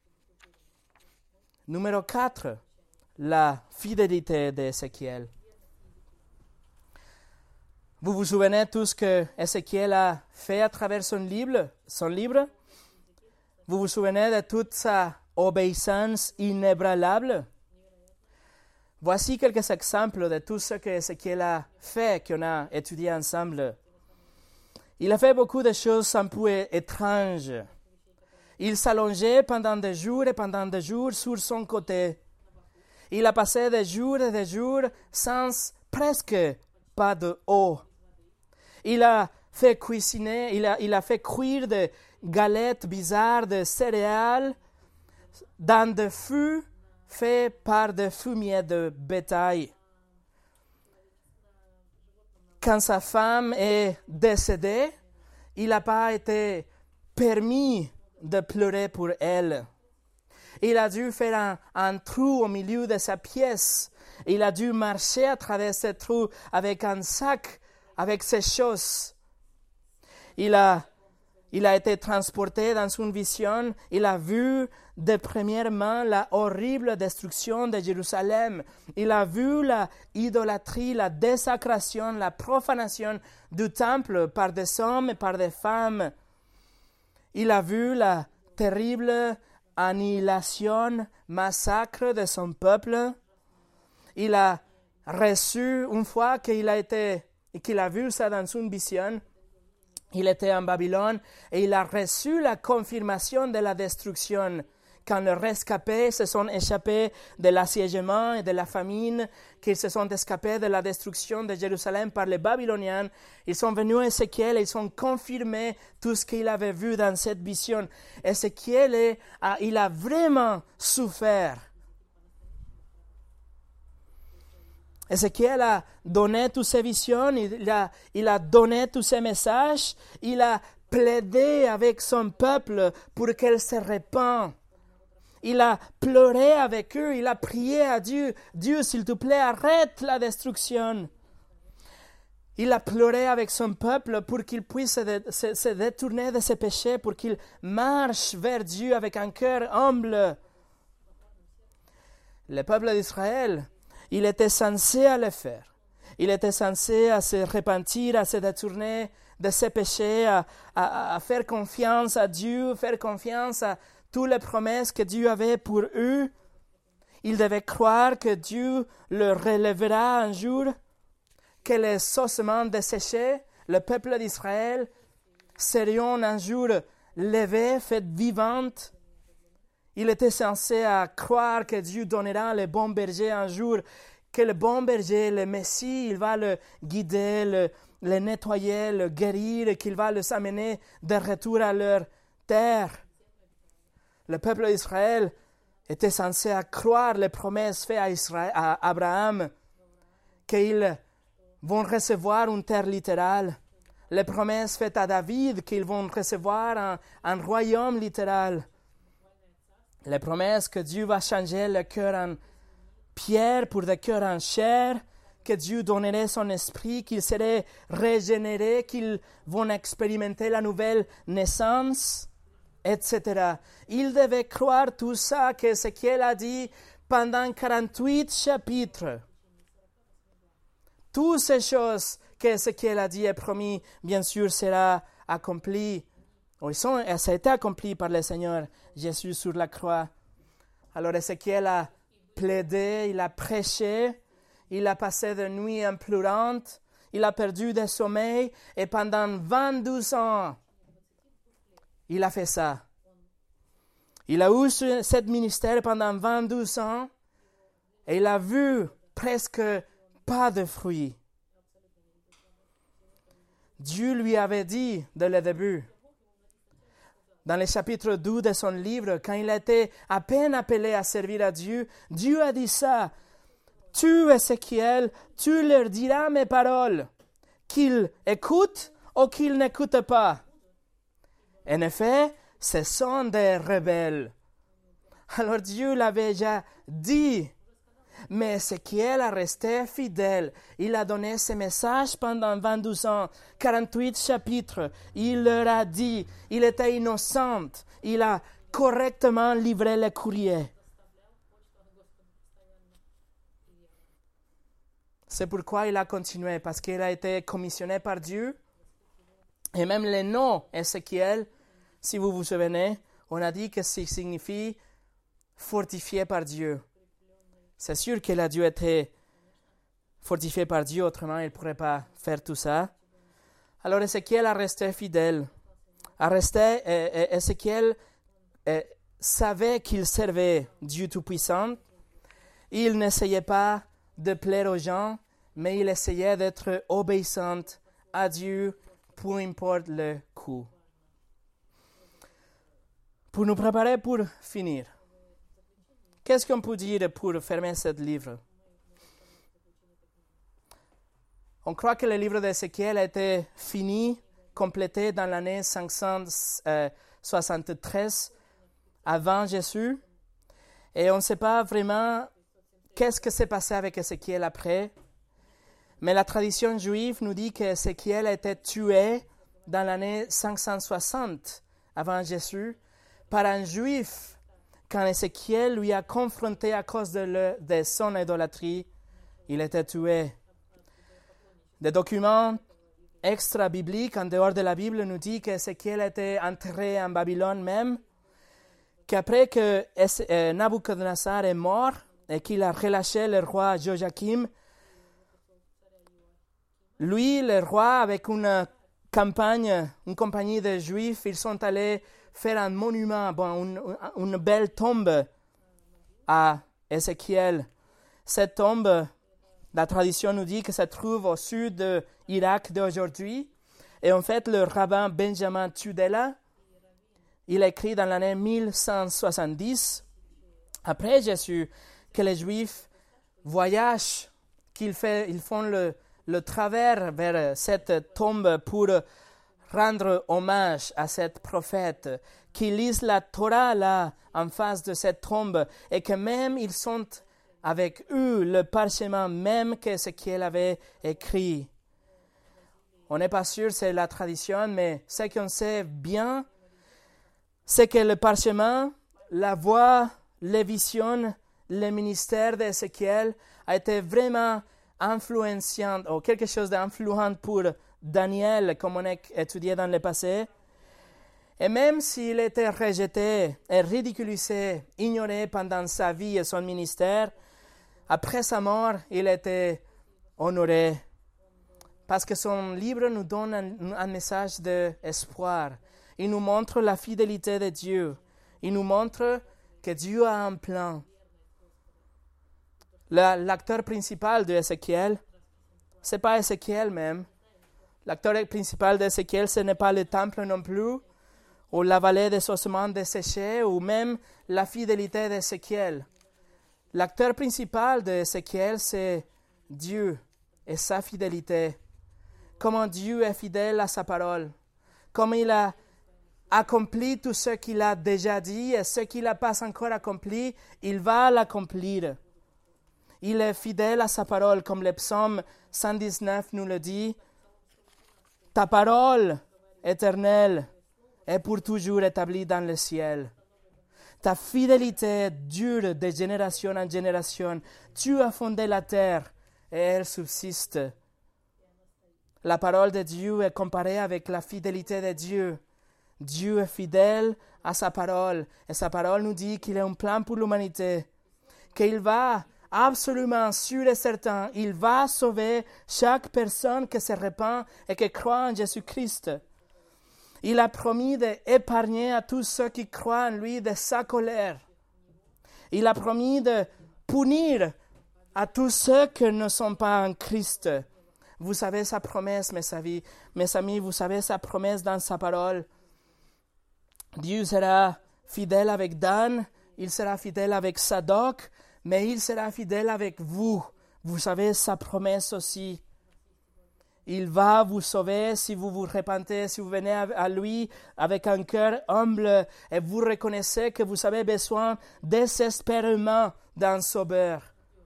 Numéro quatre, la fidélité d'Ézéchiel. Vous vous souvenez tout ce que Ézéchiel a fait à travers son livre, son livre? Vous vous souvenez de toute sa obéissance inébranlable? Voici quelques exemples de tout ce que Ézéchiel a fait, qu'on a étudié ensemble. Il a fait beaucoup de choses un peu étranges. Il s'allongeait pendant des jours et pendant des jours sur son côté. Il a passé des jours et des jours sans presque pas de eau. Il a fait cuisiner, il a, il a fait cuire des galettes bizarres de céréales dans des fûts faits par des fumiers de bétail. Quand sa femme est décédée, il n'a pas été permis de pleurer pour elle. Il a dû faire un, un trou au milieu de sa pièce. Il a dû marcher à travers ce trou avec un sac, avec ses choses. Il a, il a été transporté dans une vision. Il a vu de première main la horrible destruction de Jérusalem. Il a vu la idolâtrie, la désacration, la profanation du temple par des hommes et par des femmes. Il a vu la terrible annihilation, massacre de son peuple. Il a reçu, une fois qu'il a été, qu'il a vu ça dans une vision, il était en Babylone et il a reçu la confirmation de la destruction. Quand les rescapés se sont échappés de l'assiégement et de la famine, qu'ils se sont échappés de la destruction de Jérusalem par les Babyloniens, ils sont venus à Ézéchiel et ils ont confirmé tout ce qu'il avait vu dans cette vision. Ézéchiel, il a vraiment souffert. Ézéchiel a donné toutes ses visions, il a, il a donné tous ses messages, il a plaidé avec son peuple pour qu'elle se répande. Il a pleuré avec eux, il a prié à Dieu, Dieu, s'il te plaît, arrête la destruction. Il a pleuré avec son peuple pour qu'il puisse se, se, se détourner de ses péchés, pour qu'il marche vers Dieu avec un cœur humble. Le peuple d'Israël, il était censé à le faire. Il était censé à se repentir, à se détourner de ses péchés, à, à, à faire confiance à Dieu, faire confiance à toutes les promesses que Dieu avait pour eux. Ils devaient croire que Dieu le relèvera un jour, que les ossements desséchés, le peuple d'Israël, seront un jour levés, faits vivantes. Il était censé à croire que Dieu donnera le bon berger un jour, que le bon berger, le Messie, il va le guider, le, le nettoyer, le guérir, et qu'il va les amener de retour à leur terre. Le peuple d'Israël était censé à croire les promesses faites à, Israël, à Abraham, qu'ils vont recevoir une terre littérale. Les promesses faites à David, qu'ils vont recevoir un, un royaume littéral. Les promesses que Dieu va changer le cœur en pierre pour le cœur en chair, que Dieu donnerait son esprit, qu'ils seraient régénérés, qu'ils vont expérimenter la nouvelle naissance, et cetera. Ils devaient croire tout ça que Ézéchiel a dit pendant quarante-huit chapitres. Toutes ces choses que Ézéchiel a dit et promis, bien sûr, sera accompli. Ils sont, ça a été accompli par le Seigneur Jésus sur la croix. Alors Ézéchiel a plaidé, il a prêché, il a passé des nuits en pleurant, il a perdu du sommeil et pendant vingt-deux ans, il a fait ça. Il a eu ce ministère pendant vingt-deux ans et il a vu presque pas de fruits. Dieu lui avait dit dès le début. Dans le chapitre douze de son livre, quand il a été à peine appelé à servir à Dieu, Dieu a dit ça. Tu, Ézéchiel, tu leur diras mes paroles, qu'ils écoutent ou qu'ils n'écoutent pas. En effet, ce sont des rebelles. Alors Dieu l'avait déjà dit. Mais Ézéchiel a resté fidèle. Il a donné ce message pendant vingt-deux ans, quarante-huit chapitres. Il leur a dit, il était innocent. Il a correctement livré le courrier. C'est pourquoi il a continué, parce qu'il a été commissionné par Dieu. Et même le nom Ézéchiel, si vous vous souvenez, on a dit que ça signifie fortifié par Dieu. C'est sûr qu'il a dû être fortifié par Dieu, autrement il ne pourrait pas faire tout ça. Alors Ézéchiel a resté fidèle. A resté, euh, Ézéchiel euh, savait qu'il servait Dieu Tout-Puissant. Il n'essayait pas de plaire aux gens, mais il essayait d'être obéissant à Dieu, peu importe le coût. Pour nous préparer pour finir, qu'est-ce qu'on peut dire pour fermer ce livre? On croit que le livre d'Ézéchiel a été fini, complété dans l'année cinq cent soixante-treize avant Jésus. Et on ne sait pas vraiment qu'est-ce qui s'est passé avec Ézéchiel après. Mais la tradition juive nous dit qu'Ézéchiel a été tué dans l'année cinq cent soixante avant Jésus par un juif quand Ézéchiel lui a confronté à cause de, le, de son idolâtrie. Il était tué. Des documents extra-bibliques en dehors de la Bible nous disent qu'Ézéchiel a été enterré en Babylone même, qu'après que Nabucodonosor est mort et qu'il a relâché le roi Joachim, lui, le roi, avec une campagne, une compagnie de Juifs, ils sont allés faire un monument, bon, une, une belle tombe à Ézéchiel. Cette tombe, la tradition nous dit que ça se trouve au sud de l'Irak d'aujourd'hui. Et en fait, le rabbin Benjamin Tudela, il a écrit dans l'année mille cent soixante-dix, après Jésus, que les Juifs voyagent, qu'ils fait, ils font le, le travers vers cette tombe pour rendre hommage à cette prophète, qu'ils lisent la Torah là, en face de cette tombe, et que même ils sont avec eux le parchemin même que ce qu'elle avait écrit. On n'est pas sûr, c'est la tradition, mais ce qu'on sait bien, c'est que le parchemin, la voix, les visions, le ministère d'Ézéchiel a été vraiment influenciant, ou quelque chose d'influent pour Daniel, comme on a étudié dans le passé. Et même s'il était rejeté et ridiculisé, ignoré pendant sa vie et son ministère, après sa mort, il était honoré. Parce que son livre nous donne un, un message d'espoir. Il nous montre la fidélité de Dieu. Il nous montre que Dieu a un plan. La, l'acteur principal de Ézéchiel, ce n'est pas Ézéchiel même. L'acteur principal d'Ézéchiel, ce n'est pas le temple non plus, ou la vallée des ossements desséchés, ou même la fidélité d'Ézéchiel. L'acteur principal d'Ézéchiel, c'est Dieu et sa fidélité. Comment Dieu est fidèle à sa parole. Comment il a accompli tout ce qu'il a déjà dit et ce qu'il n'a pas encore accompli, il va l'accomplir. Il est fidèle à sa parole, comme le psaume cent dix-neuf nous le dit. Ta parole éternelle est pour toujours établie dans le ciel. Ta fidélité dure de génération en génération. Tu as fondé la terre et elle subsiste. La parole de Dieu est comparée avec la fidélité de Dieu. Dieu est fidèle à sa parole et sa parole nous dit qu'il a un plan pour l'humanité, qu'il va absolument sûr et certain, il va sauver chaque personne qui se repent et qui croit en Jésus-Christ. Il a promis d'épargner à tous ceux qui croient en lui de sa colère. Il a promis de punir à tous ceux qui ne sont pas en Christ. Vous savez sa promesse, mes amis, mes amis, vous savez sa promesse dans sa parole. Dieu sera fidèle avec Dan, il sera fidèle avec Sadoc, mais il sera fidèle avec vous. Vous savez sa promesse aussi. Il va vous sauver si vous vous repentez, si vous venez à lui avec un cœur humble et vous reconnaissez que vous avez besoin désespérément d'un sauveur.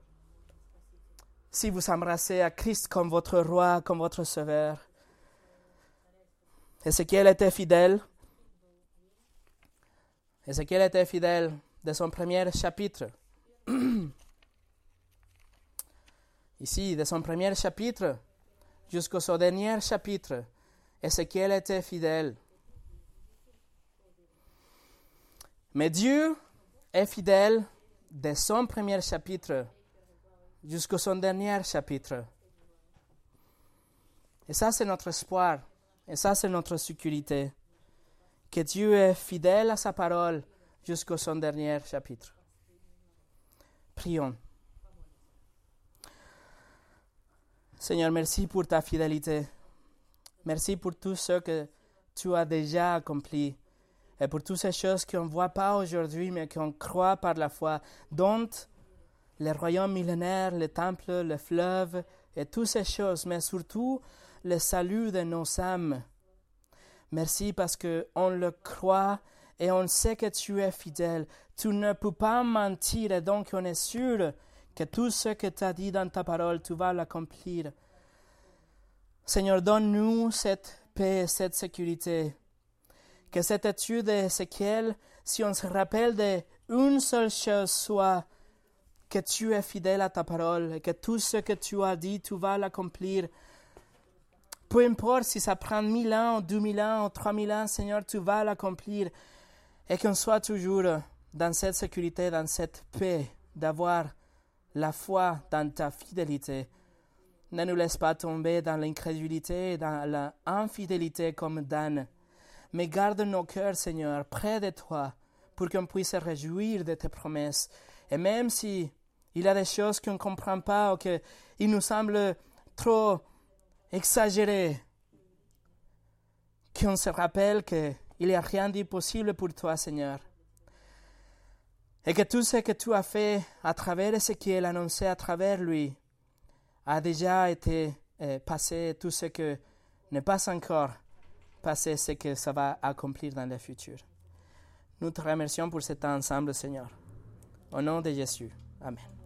Si vous embrassez à Christ comme votre roi, comme votre sauveur. Ézéchiel était fidèle. Ézéchiel était fidèle de son premier chapitre. Ici, de son premier chapitre jusqu'au son dernier chapitre, Ézéchiel était fidèle. Mais Dieu est fidèle de son premier chapitre jusqu'au son dernier chapitre. Et ça, c'est notre espoir. Et ça, c'est notre sécurité. Que Dieu est fidèle à sa parole jusqu'au son dernier chapitre. Prions. Seigneur, merci pour ta fidélité. Merci pour tout ce que tu as déjà accompli. Et pour toutes ces choses qu'on ne voit pas aujourd'hui, mais qu'on croit par la foi, dont le royaume millénaire, le temple, le fleuve, et toutes ces choses, mais surtout le salut de nos âmes. Merci parce qu'on le croit et on sait que tu es fidèle. Tu ne peux pas mentir et donc on est sûr que tout ce que tu as dit dans ta parole, tu vas l'accomplir. Seigneur, donne-nous cette paix, cette sécurité. Que cette étude d'Ézéchiel, si on se rappelle d'une seule chose, soit que tu es fidèle à ta parole et que tout ce que tu as dit, tu vas l'accomplir. Peu importe si ça prend mille ans, deux mille ans, ou trois mille ans, Seigneur, tu vas l'accomplir. Et qu'on soit toujours dans cette sécurité, dans cette paix, d'avoir la foi dans ta fidélité. Ne nous laisse pas tomber dans l'incrédulité, dans l'infidélité comme Dan. Mais garde nos cœurs, Seigneur, près de toi, pour qu'on puisse se réjouir de tes promesses. Et même si il y a des choses qu'on ne comprend pas ou qu'il nous semble trop exagéré, qu'on se rappelle qu'il n'y a rien d'impossible pour toi, Seigneur. Et que tout ce que tu as fait à travers ce qui est annoncé à travers lui a déjà été euh, passé, tout ce que n'est pas encore passé, ce que ça va accomplir dans le futur. Nous te remercions pour cet ensemble, Seigneur. Au nom de Jésus. Amen.